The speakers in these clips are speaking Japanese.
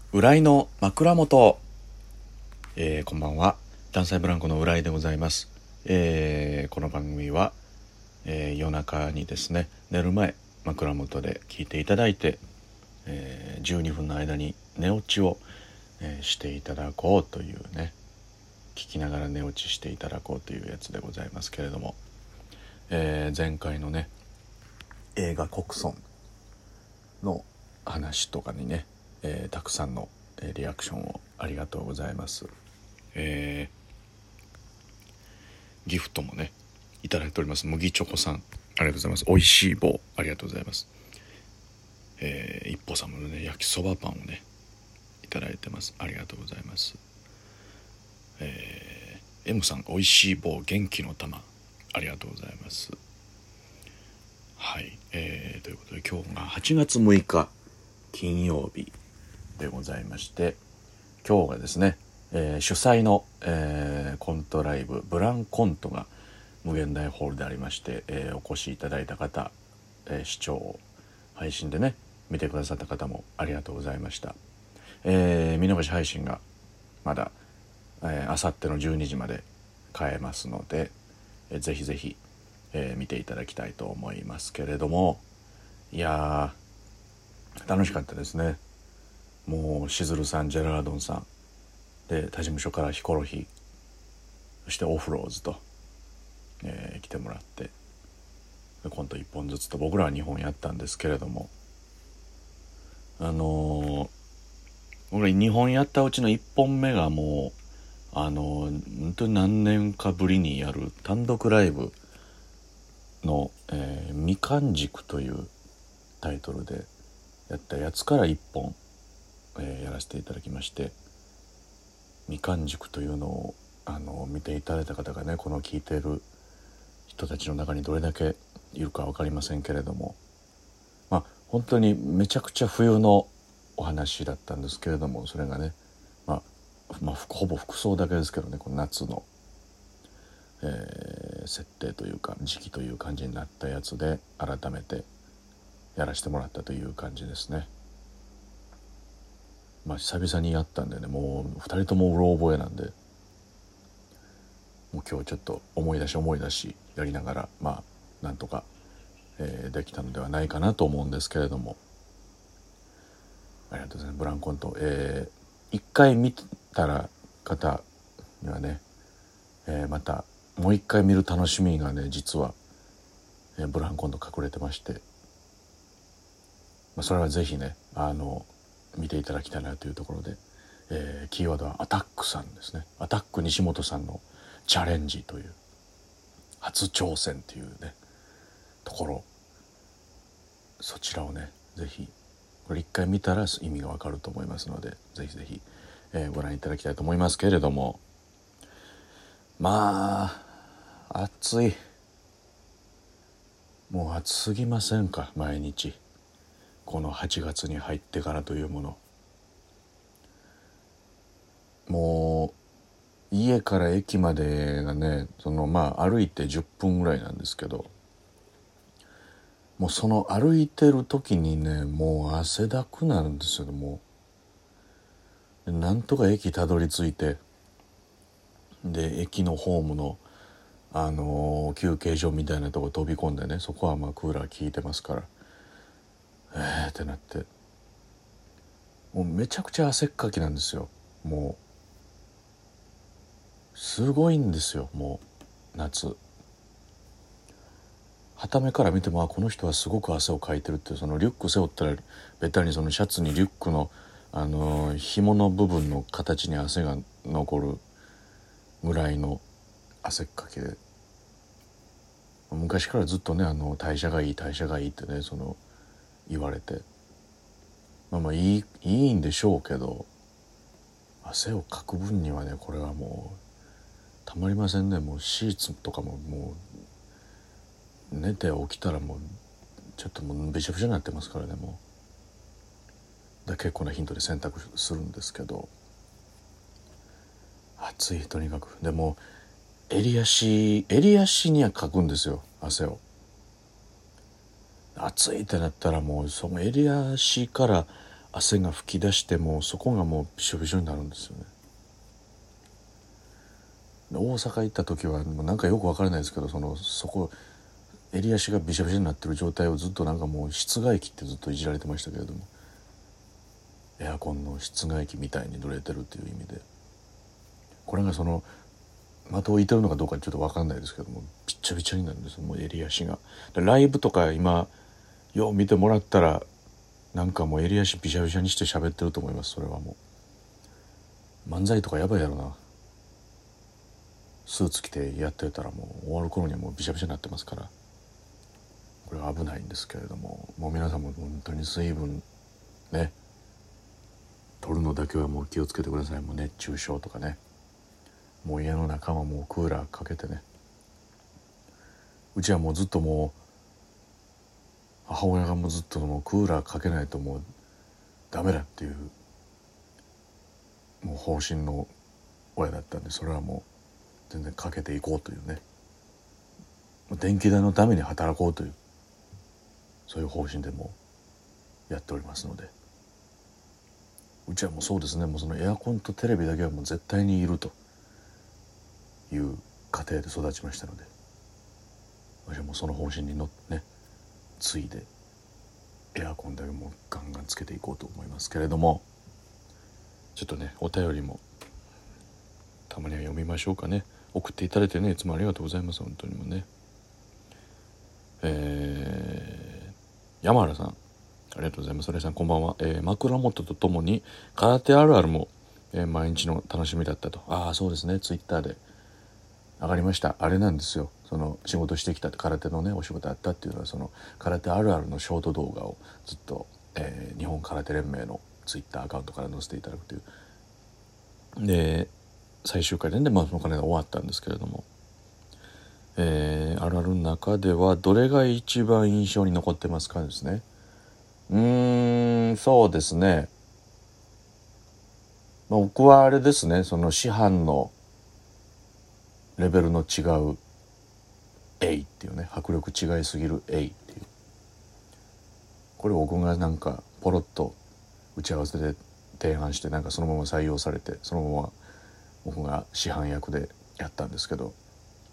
浦井の枕元、こんばんは。ダンサイブランコの浦井でございます。この番組は、夜中にですね、寝る前枕元で聞いていただいて、12分の間に寝落ちを、していただこうというね、聞きながら寝落ちしていただこうというやつでございますけれども、前回のね映画コクソンの話とかにね、たくさんのリアクションをありがとうございます。ギフトもねいただいております。麦チョコさんありがとうございます。おいしい棒ありがとうございます。一歩様のね焼きそばパンをねいただいてます。ありがとうございます。M さんおいしい棒元気の玉ありがとうございます。はい、ということで今日が8月6日金曜日でございまして、今日がですね、主催の、コントライブブランコントが無限大ホールでありまして、お越しいただいた方、視聴配信でね見てくださった方もありがとうございました。見逃し配信がまだあさっての12時まで買えますので、ぜひぜひ、見ていただきたいと思いますけれども、いやー楽しかったですね。もうしずるさん、ジェラードンさんで他事務所からヒコロヒー、そしてオフローズと、来てもらってコント1本ずつと僕らは2本やったんですけれども、僕ら2本やったうちの1本目がもう本当に何年かぶりにやる単独ライブの、みかん塾というタイトルでやったやつから1本、やらせていただきまして、みかん塾というのを見ていただいた方がね、この聞いている人たちの中にどれだけいるか分かりませんけれども、本当にめちゃくちゃ冬のお話だったんですけれども、それがね、ほぼ服装だけですけどね、この夏の、設定というか時期という感じになったやつで改めてやらせてもらったという感じですね。久々にやったんでね、もう2人ともうろ覚えなんで、もう今日ちょっと思い出しやりながらなんとか、できたのではないかなと思うんですけれども、ありがとうございます。ブランコント、一回見たら方にはね、またもう一回見る楽しみがね実は、ブランコント隠れてまして、それはぜひね見ていただきたいなというところで、キーワードはアタックさんですね。アタック西本さんのチャレンジという初挑戦というねところ、そちらをねぜひこれ一回見たら意味がわかると思いますので、ぜひぜひ、ご覧いただきたいと思いますけれども、暑い、もう暑すぎませんか。毎日この8月に入ってからというもの、もう家から駅までがね歩いて10分ぐらいなんですけど、もうその歩いてる時にねもう汗だくなるんですよ。もうなんとか駅たどり着いて、で駅のホームの休憩所みたいなとこ飛び込んでね、そこはクーラー効いてますから、ってなって、もうめちゃくちゃ汗っかきなんですよ。もうすごいんですよ。もう夏傍目から見てもこの人はすごく汗をかいてるって、そのリュック背負ったらべったりそのシャツにリュックの紐の部分の形に汗が残るぐらいの汗っかきで、昔からずっとね代謝がいいってね言われて、いいんでしょうけど、汗をかく分にはねこれはもうたまりませんね。もうシーツとかももう寝て起きたらもうちょっともうべちゃべちゃになってますからね。もう結構な頻度で洗濯するんですけど、暑い。とにかくでも襟足にはかくんですよ、汗を。暑いってなったらもうその襟足から汗が噴き出してもうそこがもうびしょびしょになるんですよね。大阪行った時はもうなんかよく分からないですけど、そこ襟足がびしゃびしゃになってる状態をずっとなんかもう室外機ってずっといじられてましたけれども、エアコンの室外機みたいに濡れてるっていう意味で、これが的を射てるのかどうかちょっと分かんないですけども、びっちゃびちゃになるんですよ、もう襟足が。ライブとか今よう見てもらったらなんかもう襟足びしゃびしゃにして喋ってると思います。それはもう漫才とかやばいやろな。スーツ着てやってたらもう終わる頃にはもうびしゃびしゃになってますから、これは危ないんですけれども、もう皆さんも本当に水分ね取るのだけはもう気をつけてください。もう熱中症とかね、もう家の中はもうクーラーかけてね。うちはもうずっともう母親がもうずっともうクーラーかけないともうダメだっていうもう方針の親だったんで、それはもう全然かけていこうというね、電気代のために働こうという、そういう方針でもやっておりますので、うちはもうそうですね、もうそのエアコンとテレビだけはもう絶対にいるという家庭で育ちましたので、私はもうその方針についでエアコンだけもうガンガンつけていこうと思いますけれども、ちょっとねお便りもたまには読みましょうかね。送っていただいてね、いつもありがとうございます。本当にもね。山原さんありがとうございます。それさんこんばんは。枕元とともに空手あるあるも、毎日の楽しみだったと。ああそうですね、ツイッターで上がりました。あれなんですよ、その仕事してきた空手のねお仕事あったっていうのは、その空手あるあるのショート動画をずっと、日本空手連盟のツイッターアカウントから載せていただくという。で最終回でね、その金が終わったんですけれども、あるあるの中ではどれが一番印象に残ってますかですね。そうですね、僕はあれですね、その師範のレベルの違う「えい」っていうね、迫力違いすぎる「えい」っていう、これ僕がなんかポロッと打ち合わせで提案して、なんかそのまま採用されて、そのまま僕が師範役でやったんですけど、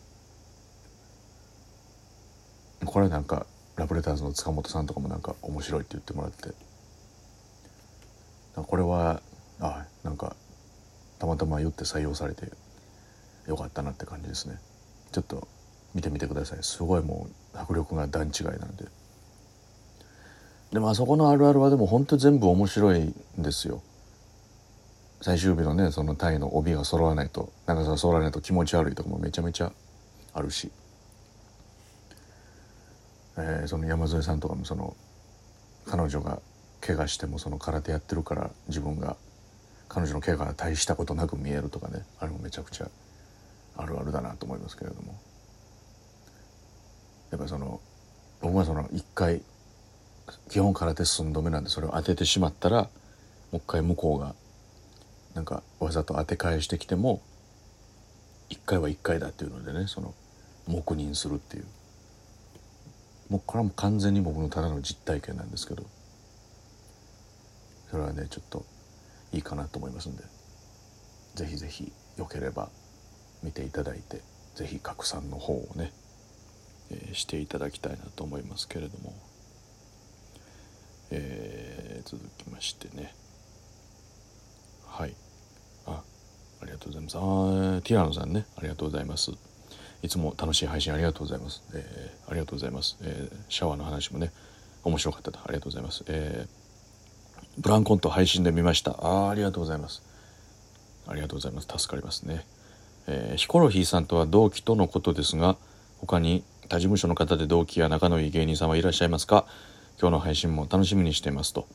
これなんかラブレターズの塚本さんとかもなんか面白いって言ってもらって、これはなんかたまたま言って採用されてよかったなって感じですね。ちょっと見てみてください。すごいもう迫力が段違いなんで。でもあそこのあるあるはでも本当に全部面白いんですよ。最終日のね、そのタイの帯が揃わないと、長さが揃わないと気持ち悪いとかもめちゃめちゃあるし、その山添さんとかも、その彼女が怪我してもその空手やってるから自分が彼女の怪我が大したことなく見えるとかね、あれもめちゃくちゃあるあるだなと思いますけれども、やっぱりその僕はその一回基本空手寸止めなんで、それを当ててしまったらもう一回向こうがなんかわざと当て返してきても一回は一回だっていうのでね、その黙認するっていう、もうこれはもう完全に僕のただの実体験なんですけど、それはねちょっといいかなと思いますんで、ぜひぜひよければ見ていただいて、ぜひ拡散の方をね、していただきたいなと思いますけれども、続きましてね、はいありがとうございます。ティラノさんね、ありがとうございます。いつも楽しい配信ありがとうございます。ありがとうございます。シャワーの話もね面白かったと、ありがとうございます。ブランコント配信で見ました。ありがとうございます。ありがとうございます。助かりますね。ヒコロヒーさんとは同期とのことですが、他に他事務所の方で同期や仲のいい芸人さんはいらっしゃいますか？今日の配信も楽しみにしていますと。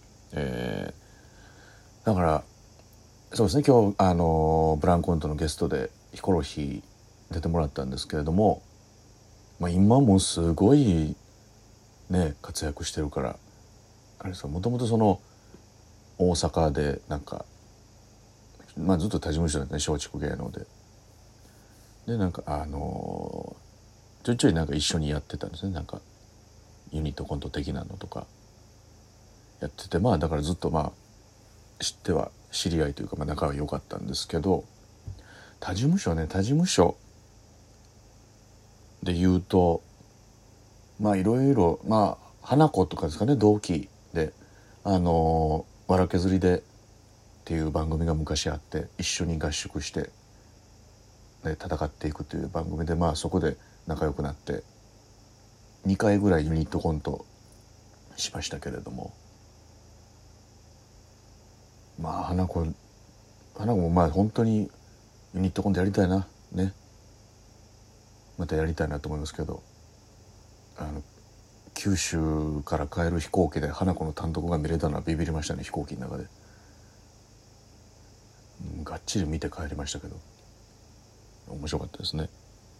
だからそうですね、今日ブランコントのゲストでヒコロヒー出てもらったんですけれども、今もすごいね活躍してるから、あれですよ、もともとその大阪でなんかずっと他事務所でね、松竹芸能でなんかちょいちょいなんか一緒にやってたんですね、なんかユニットコント的なのとかやってて、だからずっと知っては知り合いというか、仲は良かったんですけど、他事務所で言うといろいろ花子とかですかね、同期でわら削りでっていう番組が昔あって、一緒に合宿して、戦っていくという番組で、そこで仲良くなって2回ぐらいユニットコントしましたけれども、花子も本当にユニットコントやりたいなね、またやりたいなと思いますけど、九州から帰る飛行機で花子の単独が見れたのはビビりましたね。飛行機の中で、がっちり見て帰りましたけど、面白かったですね。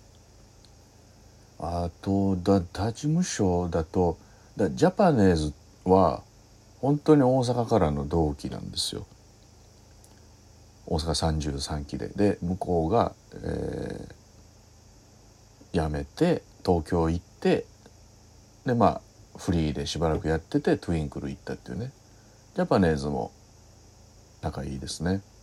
あと他事務所だとジャパネーズは本当に大阪からの同期なんですよ。大阪33期で向こうが、辞めて東京行って、でフリーでしばらくやっててトゥインクル行ったっていうね。ジャパネーズも仲いいですね。